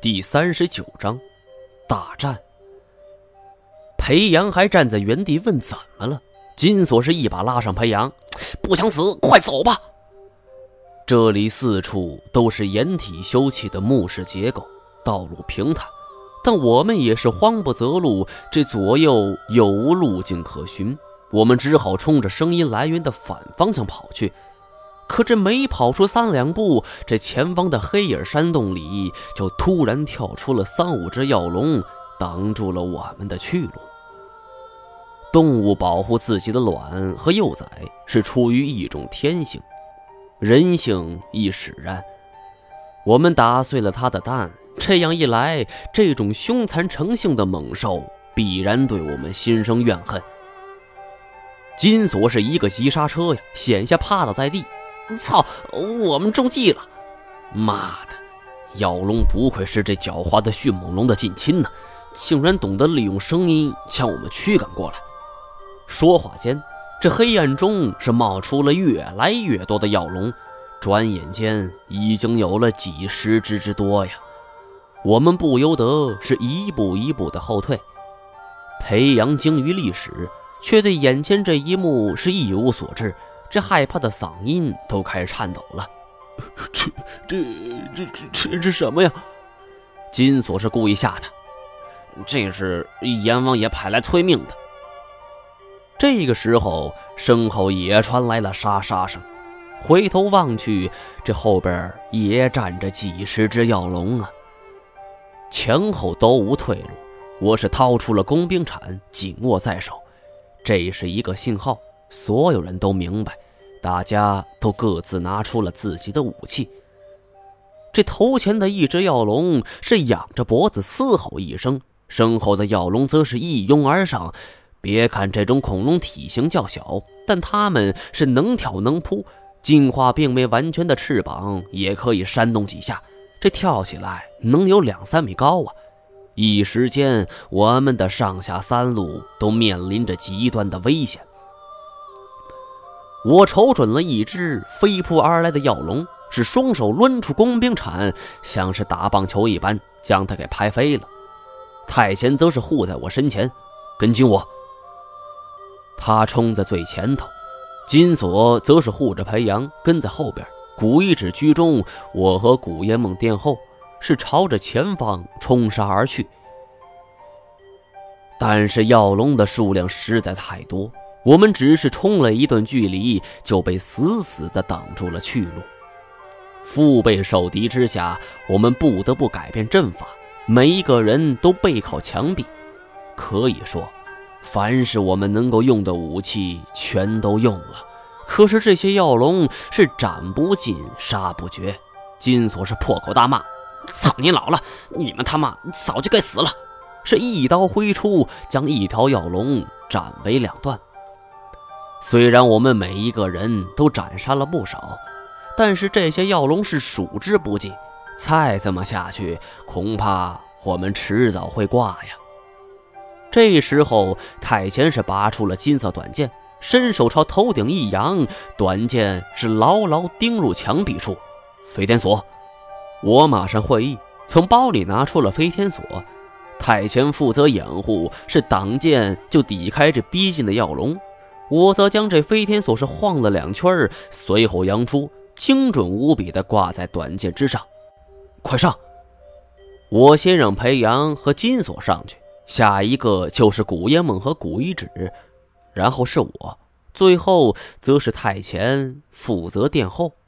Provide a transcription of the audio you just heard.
第39章大战。裴阳还站在原地问怎么了，金锁是一把拉上裴阳，不想死快走吧。这里四处都是掩体修砌的木式结构，道路平坦，但我们也是慌不择路，这左右又无路径可循，我们只好冲着声音来源的反方向跑去。可这没跑出3、2步，这前方的黑影山洞里就突然跳出了3、5只药龙，挡住了我们的去路。动物保护自己的卵和幼崽是出于一种天性，人性亦使然。我们打碎了它的蛋，这样一来，这种凶残成性的猛兽必然对我们心生怨恨。金锁是一个急刹车呀，险些趴倒在地。操，我们中计了！妈的，药龙不愧是这狡猾的迅猛龙的近亲呢，竟然懂得利用声音将我们驱赶过来。说话间，这黑暗中是冒出了越来越多的药龙，转眼间已经有了几十只之多呀。我们不由得是一步一步的后退。裴阳精于历史，却对眼前这一幕是一无所知，这害怕的嗓音都开始颤抖了。这什么呀？金锁是故意吓他，这是阎王爷派来催命的。这个时候，身后也传来了沙沙声，回头望去，这后边也站着几十只药龙啊，前后都无退路。我是掏出了工兵铲，紧握在手，这是一个信号，所有人都明白，大家都各自拿出了自己的武器。这头前的一只药龙是仰着脖子嘶吼一声，身后的药龙则是一拥而上。别看这种恐龙体型较小，但它们是能跳能扑，进化并没完全的翅膀也可以扇动几下，这跳起来能有2、3米高啊！一时间，我们的上下3路都面临着极端的危险。我瞅准了一只飞扑而来的药龙，是双手抡出工兵铲，像是打棒球一般将它给拍飞了。太前则是护在我身前，跟紧我。他冲在最前头，金锁则是护着裴阳跟在后边，古一指居中，我和古烟梦殿后，是朝着前方冲杀而去。但是药龙的数量实在太多，我们只是冲了一段距离，就被死死地挡住了去路。腹背受敌之下，我们不得不改变阵法，每一个人都背靠墙壁。可以说，凡是我们能够用的武器全都用了，可是这些药龙是斩不尽杀不绝。金锁是破口大骂：操你老了，你们他妈早就该死了！是一刀挥出，将一条药龙斩为2段。虽然我们每一个人都斩杀了不少，但是这些药龙是数之不尽，再这么下去，恐怕我们迟早会挂呀。这时候，太前是拔出了金色短剑，伸手朝头顶一扬，短剑是牢牢钉入墙壁处。飞天锁，我马上会意，从包里拿出了飞天锁。太前负责掩护，是挡剑就抵开这逼近的药龙，我则将这飞天锁是晃了2圈，随后扬出，精准无比地挂在短剑之上。快上！我先让裴阳和金锁上去，下一个就是古烟梦和古一指，然后是我，最后则是太前负责殿后。